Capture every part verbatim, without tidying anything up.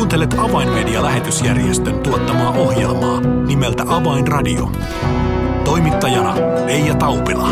Kuuntelet Avainmedia-lähetysjärjestön tuottamaa ohjelmaa nimeltä Avainradio. Toimittajana Leija Taupila.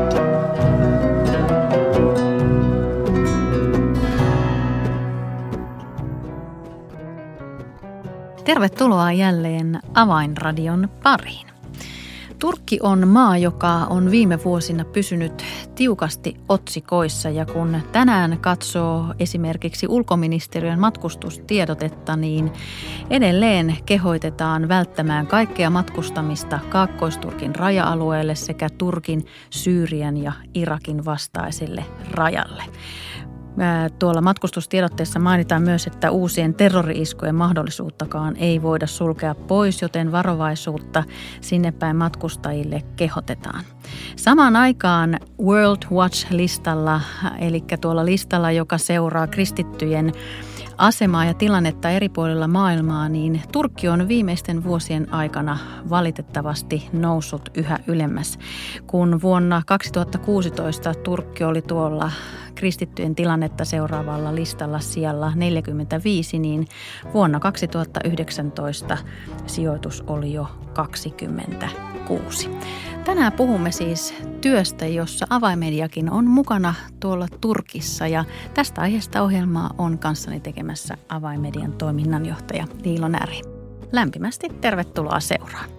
Tervetuloa jälleen Avainradion pariin. Turkki on maa, joka on viime vuosina pysynyt tiukasti otsikoissa, ja kun tänään katsoo esimerkiksi ulkoministeriön matkustustiedotetta, niin edelleen kehoitetaan välttämään kaikkea matkustamista Kaakkois-Turkin raja-alueelle sekä Turkin, Syyrian ja Irakin vastaiselle rajalle. Tuolla matkustustiedotteessa mainitaan myös, että uusien terrori-iskujen mahdollisuuttakaan ei voida sulkea pois, joten varovaisuutta sinne päin matkustajille kehotetaan. Samaan aikaan World Watch-listalla, eli tuolla listalla, joka seuraa kristittyjen asemaa ja tilannetta eri puolilla maailmaa, niin Turkki on viimeisten vuosien aikana valitettavasti noussut yhä ylemmäs. Kun vuonna kaksituhattakuusitoista Turkki oli tuolla kristittyjen tilannetta seuraavalla listalla sijalla neljäkymmentäviisi, niin vuonna kaksituhattayhdeksäntoista sijoitus oli jo kaksikymmentäkuusi. Tänään puhumme siis työstä, jossa Avainmediakin on mukana tuolla Turkissa, ja tästä aiheesta ohjelmaa on kanssani tekemässä Avainmedian toiminnanjohtaja Niilo Näri. Lämpimästi tervetuloa seuraan.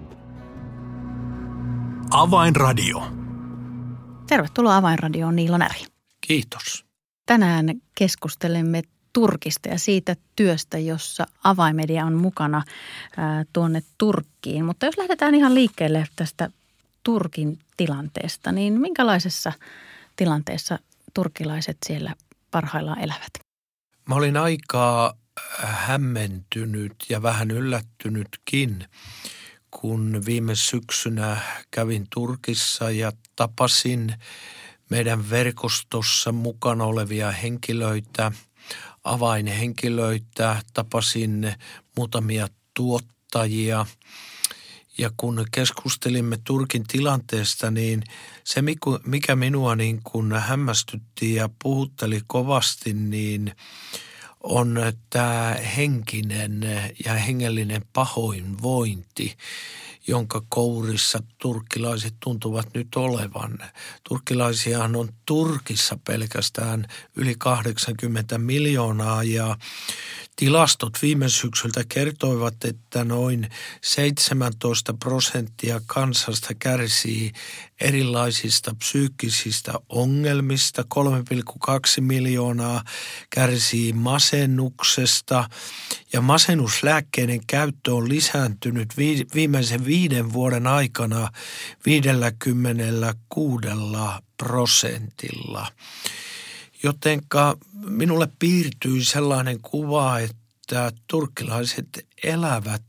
Avainradio. Tervetuloa Avainradioon, Niilo Näri. Kiitos. Tänään keskustelemme Turkista ja siitä työstä, jossa Avainmedia on mukana ää, tuonne Turkkiin. Mutta jos lähdetään ihan liikkeelle tästä Turkin tilanteesta, niin minkälaisessa tilanteessa turkkilaiset siellä parhaillaan elävät? Mä olin aika hämmentynyt ja vähän yllättynytkin, kun viime syksynä kävin Turkissa ja tapasin meidän verkostossa mukana olevia henkilöitä, avainhenkilöitä, tapasin muutamia tuottajia. Ja kun keskustelimme Turkin tilanteesta, niin se mikä minua niin kuin hämmästytti ja puhutteli kovasti, niin on tämä henkinen ja hengellinen pahoinvointi, jonka kourissa turkkilaiset tuntuvat nyt olevan. Turkkilaisiahan on Turkissa pelkästään yli kahdeksankymmentä miljoonaa, ja tilastot viime syksyltä kertoivat, että noin seitsemäntoista prosenttia kansasta kärsii erilaisista psyykkisistä ongelmista, kolme pilkku kaksi miljoonaa kärsii masennuksesta, ja masennuslääkkeiden käyttö on lisääntynyt viimeisen viiden vuoden aikana viisikymmentäkuusi prosentilla. Jotenka minulle piirtyi sellainen kuva, että turkkilaiset elävät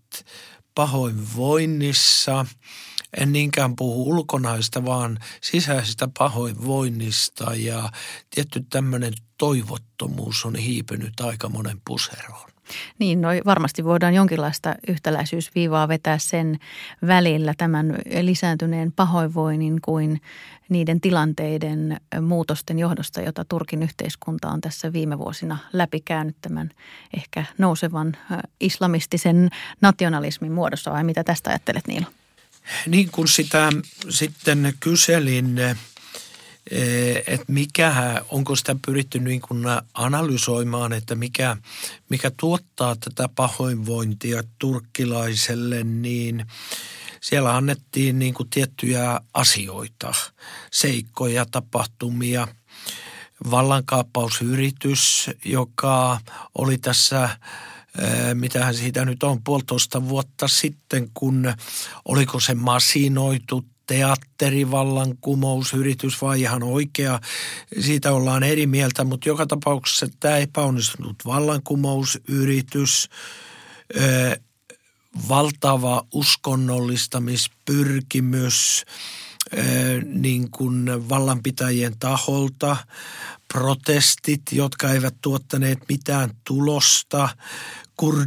pahoinvoinnissa. En niinkään puhu ulkonaista, vaan sisäisestä pahoinvoinnista, ja tietty tämmöinen toivottomuus on hiipynyt aika monen puseroon. Niin, no varmasti voidaan jonkinlaista yhtäläisyysviivaa vetää sen välillä tämän lisääntyneen pahoinvoinnin kuin niiden tilanteiden muutosten johdosta, jota Turkin yhteiskunta on tässä viime vuosina läpikäynyt tämän ehkä nousevan islamistisen nationalismin muodossa. Vai mitä tästä ajattelet, Niilo? Niin kuin sitä sitten kyselin, että mikä, onko sitä pyritty niin kuin analysoimaan, että mikä, mikä tuottaa tätä pahoinvointia turkkilaiselle, niin siellä annettiin niin kuin tiettyjä asioita, seikkoja, tapahtumia. Vallankaappausyritys, joka oli tässä, mitähän siitä nyt on, puolitoista vuotta sitten, kun oliko se masinoitu teatterivallankumousyritys vai ihan oikea. Siitä ollaan eri mieltä, mutta joka tapauksessa tämä epäonnistunut vallankumousyritys, ö, valtava uskonnollistamispyrkimys ö, niin kuin vallanpitäjien taholta, protestit, jotka eivät tuottaneet mitään tulosta,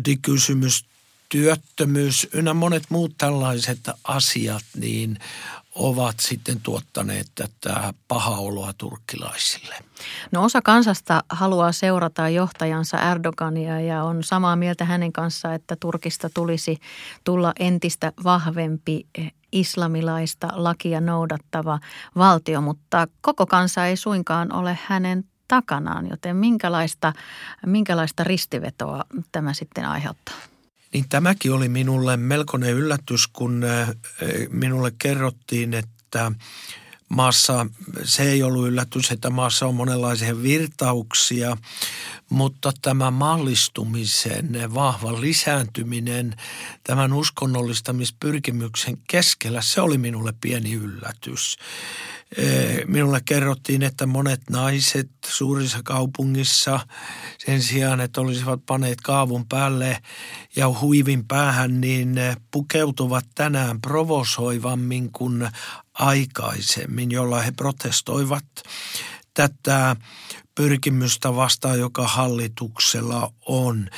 kurdikysymys, työttömyys ynnä monet muut tällaiset asiat, niin ovat sitten tuottaneet tätä pahaa oloa turkkilaisille. No osa kansasta haluaa seurata johtajansa Erdogania ja on samaa mieltä hänen kanssaan, että Turkista tulisi tulla entistä vahvempi islamilaista lakia noudattava valtio, mutta koko kansa ei suinkaan ole hänen takanaan, joten minkälaista, minkälaista ristivetoa tämä sitten aiheuttaa? Niin tämäkin oli minulle melkoinen yllätys, kun minulle kerrottiin, että maassa, se ei ollut yllätys, että maassa on monenlaisia virtauksia, mutta tämä maallistumisen vahva lisääntyminen tämän uskonnollistamispyrkimyksen keskellä, se oli minulle pieni yllätys. Minulle kerrottiin, että monet naiset suurissa kaupungissa sen sijaan, että olisivat paneet kaavun päälle ja huivin päähän, niin pukeutuvat tänään provosoivammin kuin aikaisemmin, jolla he protestoivat tätä pyrkimystä vastaan, joka hallituksella on.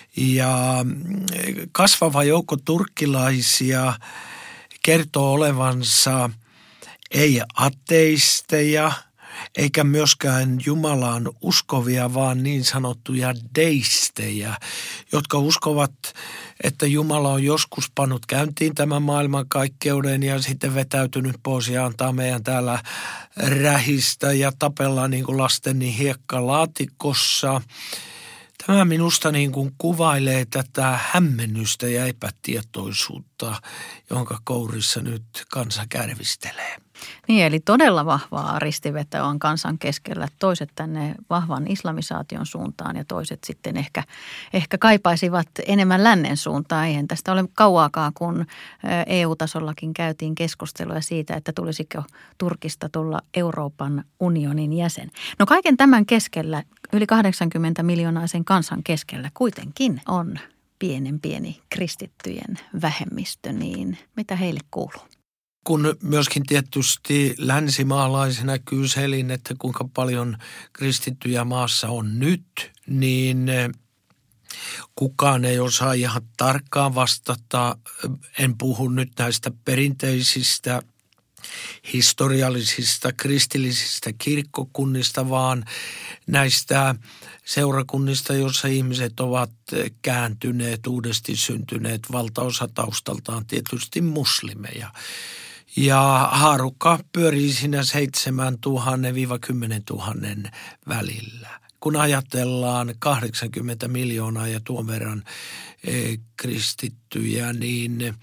Ja kasvava joukko turkkilaisia kertoo olevansa ei ateisteja, eikä myöskään Jumalaan uskovia, vaan niin sanottuja deistejä, jotka uskovat, että Jumala on joskus pannut käyntiin tämän maailmankaikkeuden ja sitten vetäytynyt pois ja antaa meidän täällä rähistä ja tapella niin kuin lasten niin hiekkalaatikossa. Tämä minusta niin kuin kuvailee tätä hämmennystä ja epätietoisuutta, jonka kourissa nyt kansa kärvistelee. Niin, eli todella vahvaa ristivetoa on kansan keskellä. Toiset tänne vahvan islamisaation suuntaan ja toiset sitten ehkä, ehkä kaipaisivat enemmän lännen suuntaan. Eihän tästä ole kauaakaan, kun E U-tasollakin käytiin keskustelua siitä, että tulisiko Turkista tulla Euroopan unionin jäsen. No kaiken tämän keskellä, yli kahdeksankymmentä miljoonaisen kansan keskellä kuitenkin on pienen pieni kristittyjen vähemmistö, niin mitä heille kuuluu? Kun myöskin tietysti länsimaalaisena kyselin, että kuinka paljon kristittyjä maassa on nyt, niin kukaan ei osaa ihan tarkkaan vastata. En puhu nyt näistä perinteisistä historiallisista kristillisistä kirkkokunnista, vaan näistä seurakunnista, joissa ihmiset ovat kääntyneet, uudesti syntyneet, valtaosa taustaltaan tietysti muslimeja. Ja haarukka pyörii siinä seitsemäntuhatta kymmenen tuhatta välillä. Kun ajatellaan kahdeksankymmentä miljoonaa ja tuon verran e, kristittyjä, niin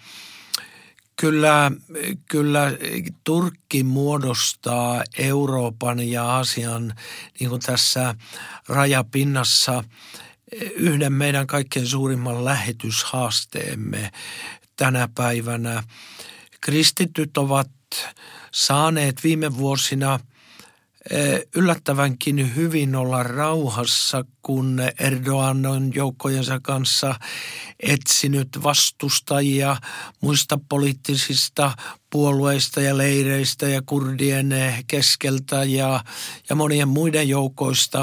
kyllä, kyllä Turkki muodostaa Euroopan ja Aasian niin kuin tässä rajapinnassa yhden meidän kaikkein suurimman lähetyshaasteemme tänä päivänä. Kristityt ovat saaneet viime vuosina yllättävänkin hyvin olla rauhassa, kun Erdoğan on joukkojensa kanssa etsinyt vastustajia muista poliittisista puolueista ja leireistä ja kurdien keskeltä ja, ja monien muiden joukoista.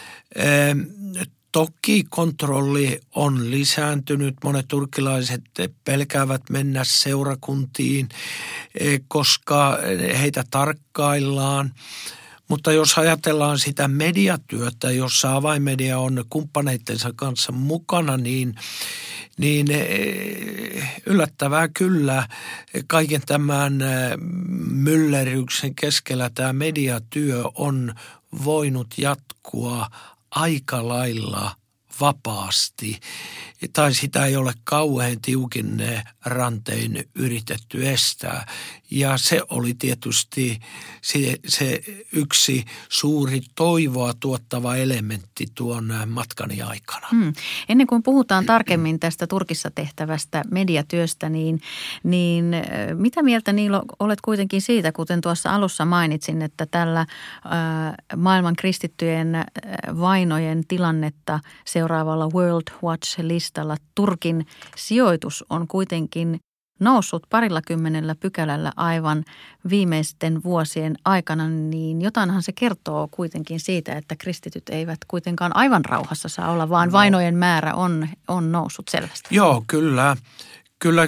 Toki kontrolli on lisääntynyt. Monet turkkilaiset pelkäävät mennä seurakuntiin, koska heitä tarkkaillaan. Mutta jos ajatellaan sitä mediatyötä, jossa avainmedia on kumppaneittensa kanssa mukana, niin, niin yllättävää kyllä kaiken tämän myllerryksen keskellä tämä mediatyö on voinut jatkua aika lailla vapaasti, tai sitä ei ole kauhean tiukin rantein yritetty estää. Ja se oli tietysti se, se yksi suuri toivoa tuottava elementti tuon matkani aikana. Hmm. Ennen kuin puhutaan tarkemmin tästä Turkissa tehtävästä mediatyöstä, niin, niin mitä mieltä Niilo olet kuitenkin siitä, kuten tuossa alussa mainitsin, että tällä äh, maailman kristittyjen äh, vainojen tilannetta seuraavalla World Watch-listalla Turkin sijoitus on kuitenkin noussut parilla kymmenellä pykälällä aivan viimeisten vuosien aikana, niin jotainhan se kertoo kuitenkin siitä, että kristityt eivät kuitenkaan aivan rauhassa saa olla, vaan no. vainojen määrä on, on noussut selvästi. Joo, kyllä. Kyllä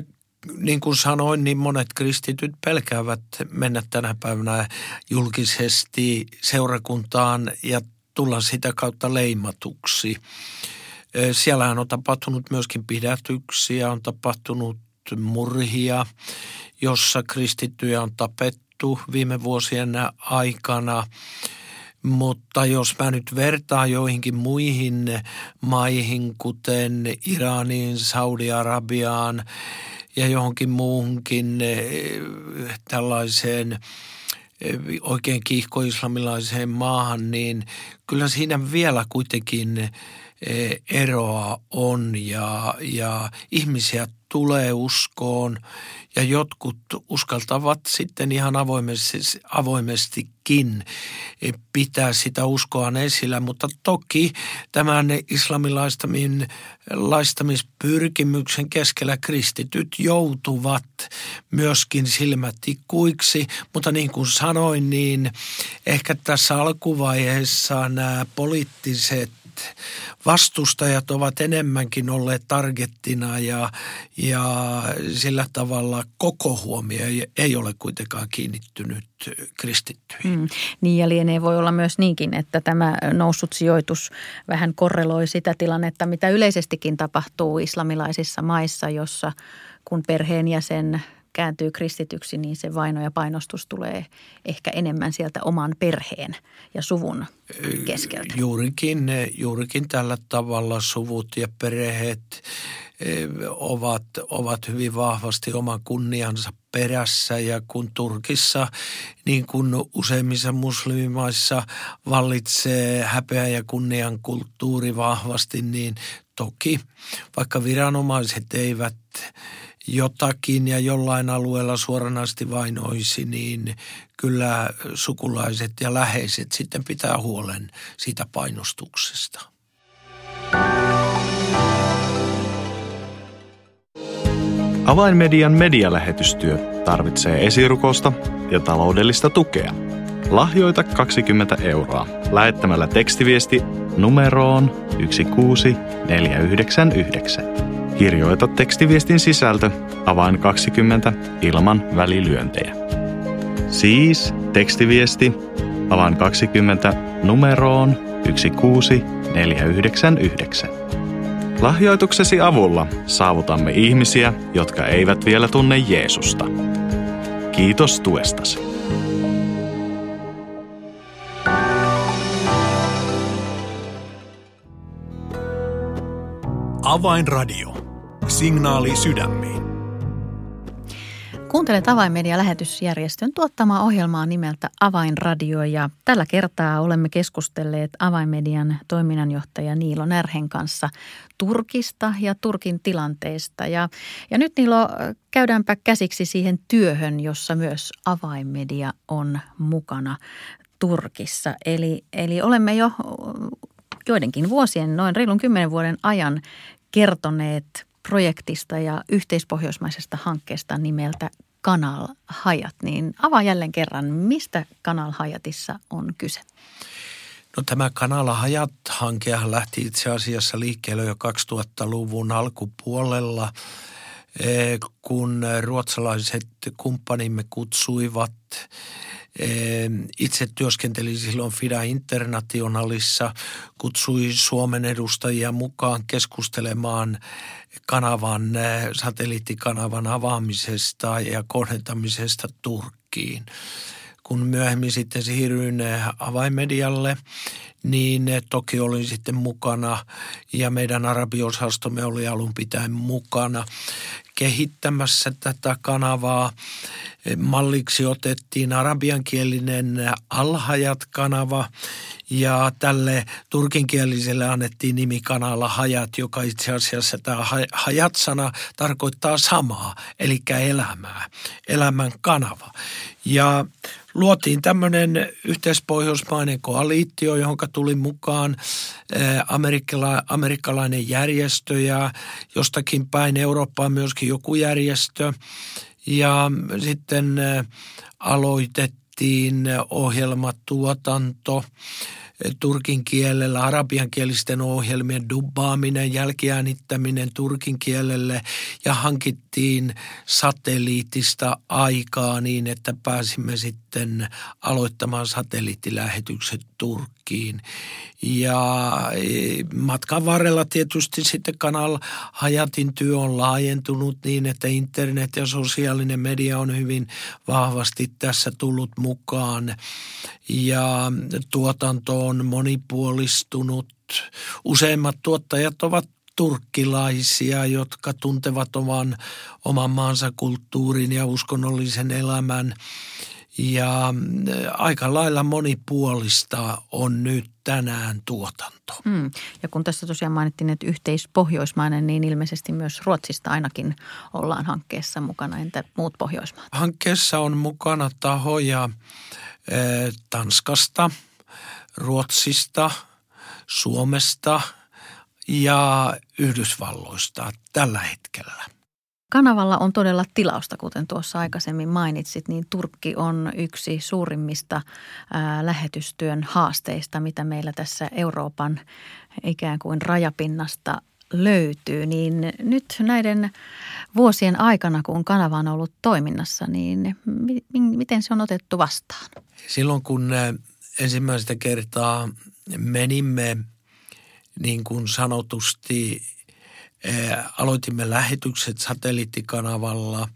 niin kuin sanoin, niin monet kristityt pelkäävät mennä tänä päivänä julkisesti seurakuntaan ja tulla sitä kautta leimatuksi. Siellähän on tapahtunut myöskin pidätyksiä, on tapahtunut murhia, jossa kristittyjä on tapettu viime vuosien aikana. Mutta jos mä nyt vertaan joihinkin muihin maihin, kuten Iraniin, Saudi-Arabiaan ja johonkin muuhunkin tällaiseen oikein kiihkoislamilaiseen maahan, niin kyllä siinä vielä kuitenkin eroa on ja, ja ihmisiä tulee uskoon ja jotkut uskaltavat sitten ihan avoimesti, avoimestikin pitää sitä uskoaan esillä, mutta toki tämän islamilaistamispyrkimyksen keskellä kristityt joutuvat myöskin silmätikuiksi, mutta niin kuin sanoin, niin ehkä tässä alkuvaiheessa nämä poliittiset vastustajat ovat enemmänkin olleet targettina ja, ja sillä tavalla koko huomio ei, ei ole kuitenkaan kiinnittynyt kristittyihin. Mm, niin ja lienee voi olla myös niinkin, että tämä noussut sijoitus vähän korreloi sitä tilannetta, mitä yleisestikin tapahtuu islamilaisissa maissa, jossa kun perheenjäsen kääntyy kristityksi, niin se vaino ja painostus tulee ehkä enemmän sieltä oman perheen ja suvun keskeltä. Juurikin, juurikin tällä tavalla suvut ja perheet ovat, ovat hyvin vahvasti oman kunniansa perässä ja kun Turkissa, niin kuin useimmissa muslimimaissa vallitsee häpeä ja kunnian kulttuuri vahvasti, niin toki vaikka viranomaiset eivät jotakin ja jollain alueella suoranaisesti vainoisi, niin kyllä sukulaiset ja läheiset sitten pitää huolen siitä painostuksesta. Avainmedian medialähetystyö tarvitsee esirukosta ja taloudellista tukea. Lahjoita kaksikymmentä euroa lähettämällä tekstiviesti numeroon yksi kuusi neljä yhdeksän yhdeksän. Kirjoita tekstiviestin sisältö avain kaksikymmentä ilman välilyöntejä. Siis tekstiviesti avain kaksikymmentä numeroon yksi kuusi neljä yhdeksän yhdeksän. Lahjoituksesi avulla saavutamme ihmisiä, jotka eivät vielä tunne Jeesusta. Kiitos tuestasi. Avainradio. Signaali sydämiin. Kuuntelet Avainmedia-lähetysjärjestön tuottamaa ohjelmaa nimeltä Avainradio ja tällä kertaa olemme keskustelleet Avainmedian toiminnanjohtaja Niilo Närhen kanssa Turkista ja Turkin tilanteesta. Ja, ja nyt Niilo, käydäänpä käsiksi siihen työhön, jossa myös Avainmedia on mukana Turkissa. Eli, eli olemme jo joidenkin vuosien, noin reilun kymmenen vuoden ajan kertoneet projektista ja yhteispohjoismaisesta hankkeesta nimeltä Kanal Hayat. Niin avaa jälleen kerran, mistä Kanal Hayatissa on kyse? No tämä Kanal Hayat-hankehan lähti itse asiassa liikkeelle jo kaksituhattaluvun alkupuolella, kun ruotsalaiset kumppanimme kutsuivat. Itse työskentelin silloin Fida Internationalissa, kutsui Suomen edustajia mukaan keskustelemaan kanavan, satelliittikanavan avaamisesta ja kohdentamisesta Turkkiin. Kun myöhemmin sitten siirryin Avainmedialle, niin toki olin sitten mukana ja meidän arabiosastomme oli alun pitäen mukana kehittämässä tätä kanavaa. Malliksi otettiin arabiankielinen Al Hayat-kanava ja tälle turkinkieliselle annettiin nimi Kanal Hayat, joka itse asiassa tämä Hayat-sana tarkoittaa samaa, eli elämää, elämän kanava. Ja luotiin tämmöinen yhteispohjoismainen koalitio, johon tuli mukaan amerikkala, amerikkalainen järjestö ja jostakin päin Eurooppaa myöskin joku järjestö. Ja sitten aloitettiin ohjelmatuotanto turkin kielellä, arabiankielisten ohjelmien dubbaaminen, jälkiäänittäminen turkin kielelle ja hankittiin satelliitista aikaa niin, että pääsimme sitten aloittamaan satelliittilähetykset Turkkiin. Ja matkan varrella tietysti sitten Kanal Hayatin työ on laajentunut niin, että internet ja sosiaalinen media on hyvin vahvasti tässä tullut mukaan ja tuotanto on monipuolistunut. Useimmat tuottajat ovat turkkilaisia, jotka tuntevat oman, oman maansa kulttuurin ja uskonnollisen elämän. Ja aika lailla monipuolista on nyt tänään tuotanto. Hmm. Ja kun tässä tosiaan mainittiin, että yhteispohjoismainen, niin ilmeisesti myös Ruotsista ainakin ollaan hankkeessa mukana. Entä muut Pohjoismaat? Hankkeessa on mukana tahoja eh, Tanskasta, Ruotsista, Suomesta ja Yhdysvalloista tällä hetkellä. Kanavalla on todella tilausta, kuten tuossa aikaisemmin mainitsit, niin Turkki on yksi suurimmista ää, lähetystyön haasteista, mitä meillä tässä Euroopan ikään kuin rajapinnasta löytyy. Niin nyt näiden vuosien aikana, kun kanava on ollut toiminnassa, niin mi- miten se on otettu vastaan? Silloin kun ensimmäistä kertaa menimme niin kuin sanotusti aloitimme lähetykset satelliittikanavalla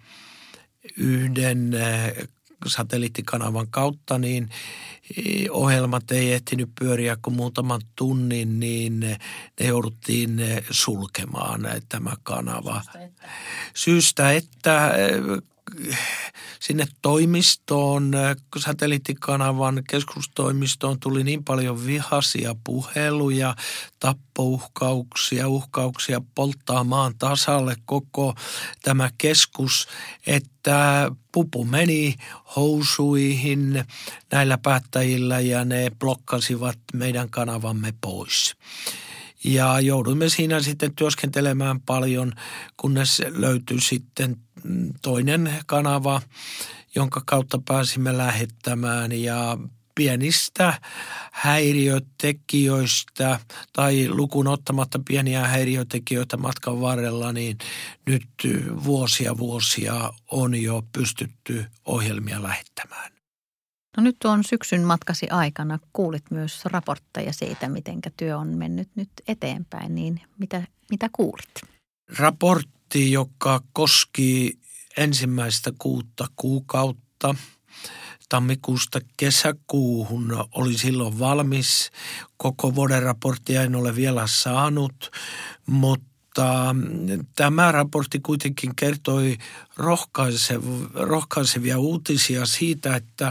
yhden satelliittikanavan kautta, niin ohjelmat ei ehtinyt pyöriä kuin muutaman tunnin, niin ne jouduttiin sulkemaan tämä kanava. Syystä, että, Syystä, että sinne toimistoon, satelliittikanavan keskustoimistoon tuli niin paljon vihaisia puheluja, tappouhkauksia, uhkauksia polttaa maan tasalle koko tämä keskus, että pupu meni housuihin näillä päättäjillä ja ne blokkasivat meidän kanavamme pois. Ja jouduimme siinä sitten työskentelemään paljon, kunnes löytyi sitten toinen kanava, jonka kautta pääsimme lähettämään ja pienistä häiriötekijöistä tai lukuun ottamatta pieniä häiriötekijöitä matkan varrella, niin nyt vuosia vuosia on jo pystytty ohjelmia lähettämään. No nyt tuon syksyn matkasi aikana kuulit myös raportteja siitä, miten työ on mennyt nyt eteenpäin, niin mitä, mitä kuulit? Raportti, joka koski ensimmäistä kuutta kuukautta, tammikuusta kesäkuuhun, oli silloin valmis. Koko vuoden raporttia en ole vielä saanut, mutta tämä raportti kuitenkin kertoi rohkaisevia uutisia siitä, että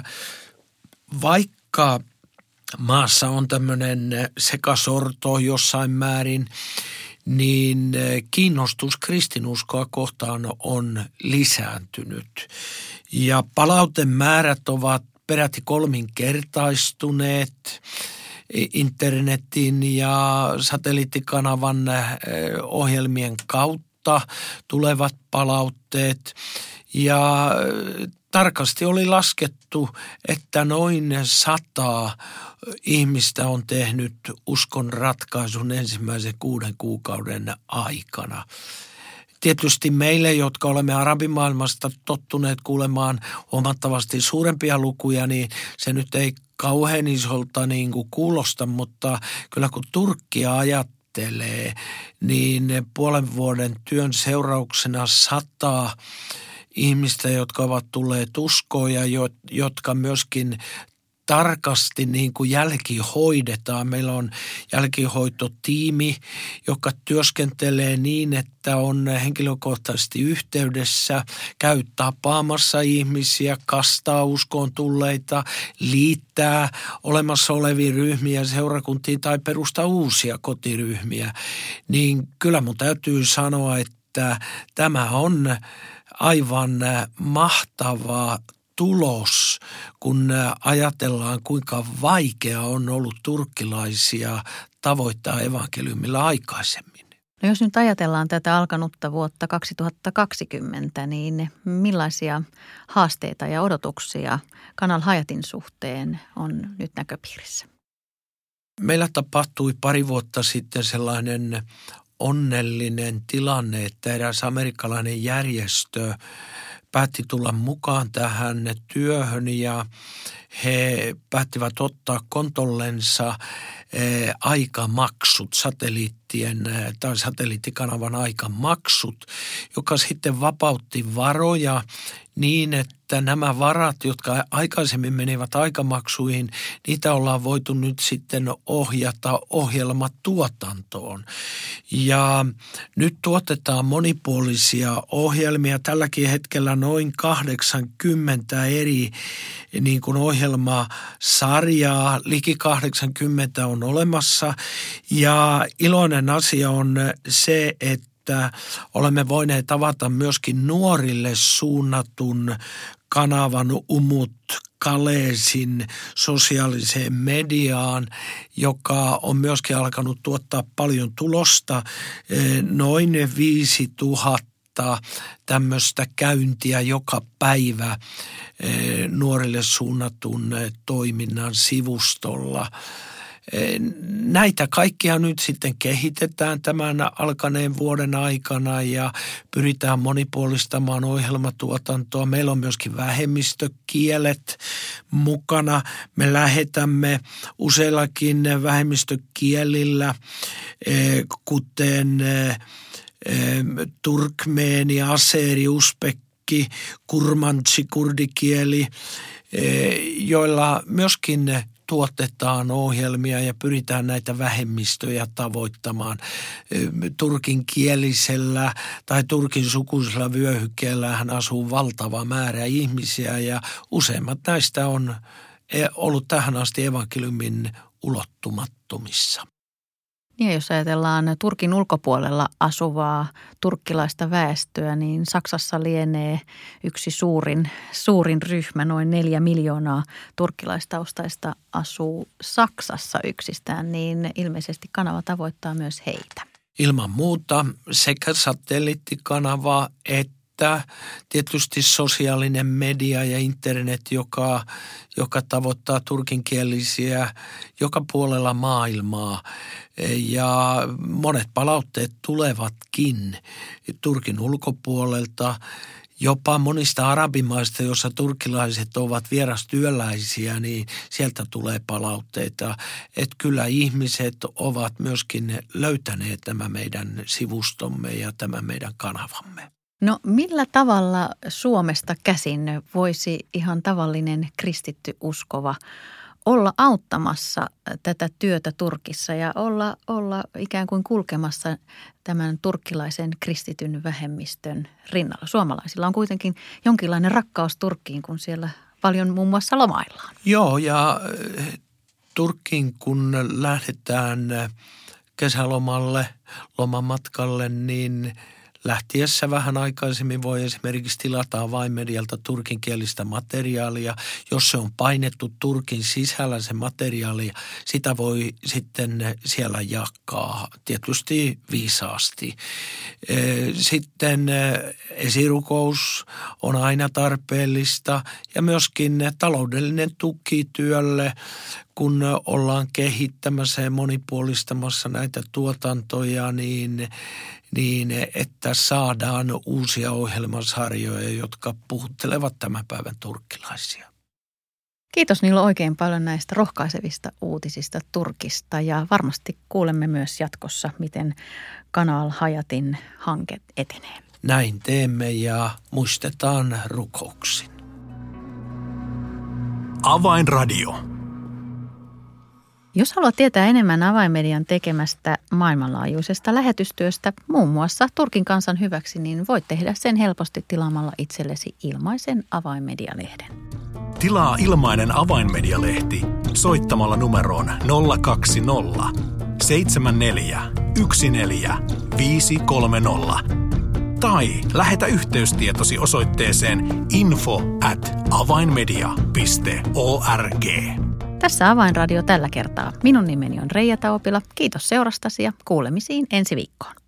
vaikka maassa on tämmöinen sekasorto jossain määrin, niin kiinnostus kristinuskoa kohtaan on lisääntynyt. Ja palautemäärät ovat peräti kolminkertaistuneet internetin ja satelliittikanavan ohjelmien kautta tulevat palautteet. Ja tarkasti oli laskettu, että noin sata ihmistä on tehnyt uskon ratkaisun ensimmäisen kuuden kuukauden aikana. Tietysti meille, jotka olemme arabimaailmasta tottuneet kuulemaan huomattavasti suurempia lukuja, niin se nyt ei kauhean isolta niin kuin kuulosta, mutta kyllä kun Turkkia ajattelee, niin puolen vuoden työn seurauksena sata ihmistä, jotka ovat tulleet uskoon ja jo, jotka myöskin tarkasti niin kuin jälkihoidetaan. Meillä on jälkihoitotiimi, joka työskentelee niin, että on henkilökohtaisesti yhteydessä, käy tapaamassa ihmisiä, kastaa uskoon tulleita, liittää olemassa olevia ryhmiä seurakuntiin tai perustaa uusia kotiryhmiä. Niin kyllä mun täytyy sanoa, että tämä on aivan mahtava tulos, kun ajatellaan, kuinka vaikea on ollut turkkilaisia tavoittaa evankeliumilla aikaisemmin. No jos nyt ajatellaan tätä alkanutta vuotta kaksituhattakaksikymmentä, niin millaisia haasteita ja odotuksia Kanal Hayatin suhteen on nyt näköpiirissä? Meillä tapahtui pari vuotta sitten sellainen onnellinen tilanne, että eräs amerikkalainen järjestö päätti tulla mukaan tähän työhön ja he päättivät ottaa kontollensa eh, aikamaksut, satelliittien tai satelliittikanavan aikamaksut, joka sitten vapautti varoja niin, että nämä varat, jotka aikaisemmin menivät aikamaksuihin, niitä ollaan voitu nyt sitten ohjata ohjelmatuotantoon. Ja nyt tuotetaan monipuolisia ohjelmia. Tälläkin hetkellä noin kahdeksankymmentä eri niin kuin ohjelmasarjaa, liki kahdeksankymmentä on olemassa. Ja iloinen asia on se, että että olemme voineet avata myöskin nuorille suunnatun kanavan Umut Kaleesin sosiaaliseen mediaan, joka on myöskin alkanut tuottaa paljon tulosta, noin viisi tuhatta tämmöistä käyntiä joka päivä nuorille suunnatun toiminnan sivustolla. Näitä kaikkia nyt sitten kehitetään tämän alkaneen vuoden aikana ja pyritään monipuolistamaan ohjelmatuotantoa. Meillä on myöskin vähemmistökielet mukana. Me lähetämme useillakin vähemmistökielillä, kuten turkmeeni, aseeri, uspekki, kurmanchi, kurdikieli, joilla myöskin tuotetaan ohjelmia ja pyritään näitä vähemmistöjä tavoittamaan. Turkin kielisellä tai turkin sukuisella vyöhykkeellähän asuu valtava määrä ihmisiä ja useimmat näistä on ollut tähän asti evankeliumin ulottumattomissa. Ja jos ajatellaan Turkin ulkopuolella asuvaa turkkilaista väestöä, niin Saksassa lienee yksi suurin, suurin ryhmä, noin neljä miljoonaa turkkilaistaustaista asuu Saksassa yksistään, niin ilmeisesti kanava tavoittaa myös heitä. Ilman muuta sekä satelliittikanava että tietysti sosiaalinen media ja internet, joka, joka tavoittaa turkinkielisiä joka puolella maailmaa. Ja monet palautteet tulevatkin Turkin ulkopuolelta, jopa monista arabimaista, joissa turkkilaiset ovat vierastyöläisiä, niin sieltä tulee palautteita. Että kyllä ihmiset ovat myöskin löytäneet tämä meidän sivustomme ja tämä meidän kanavamme. No millä tavalla Suomesta käsin voisi ihan tavallinen kristitty uskova olla auttamassa tätä työtä Turkissa ja olla, olla ikään kuin kulkemassa tämän turkkilaisen kristityn vähemmistön rinnalla? Suomalaisilla on kuitenkin jonkinlainen rakkaus Turkkiin, kun siellä paljon muun muassa lomaillaan. Joo, ja Turkkiin kun lähdetään kesälomalle, lomamatkalle, niin lähtiessä vähän aikaisemmin voi esimerkiksi tilata Avainmedialta turkinkielistä materiaalia. Jos se on painettu Turkin sisällä se materiaali, sitä voi sitten siellä jakaa tietysti viisaasti. Sitten esirukous on aina tarpeellista ja myöskin taloudellinen tuki työlle, kun ollaan kehittämässä ja monipuolistamassa näitä tuotantoja, niin, niin että saadaan uusia ohjelmasarjoja, jotka puhuttelevat tämän päivän turkkilaisia. Kiitos Niilo oikein paljon näistä rohkaisevista uutisista Turkista ja varmasti kuulemme myös jatkossa, miten Kanal Hayatin hanke etenee. Näin teemme ja muistetaan rukouksin. Avainradio. Jos haluat tietää enemmän Avainmedian tekemästä maailmanlaajuisesta lähetystyöstä, muun muassa Turkin kansan hyväksi, niin voit tehdä sen helposti tilaamalla itsellesi ilmaisen Avainmedia-lehden. Tilaa ilmainen Avainmedia-lehti soittamalla numeroon nolla kaksi nolla seitsemän neljä yksi neljä viisi kolme nolla tai lähetä yhteystietosi osoitteeseen info at avainmedia piste org. Tässä Avainradio tällä kertaa. Minun nimeni on Reija Taupila. Kiitos seurastasi ja kuulemisiin ensi viikkoon.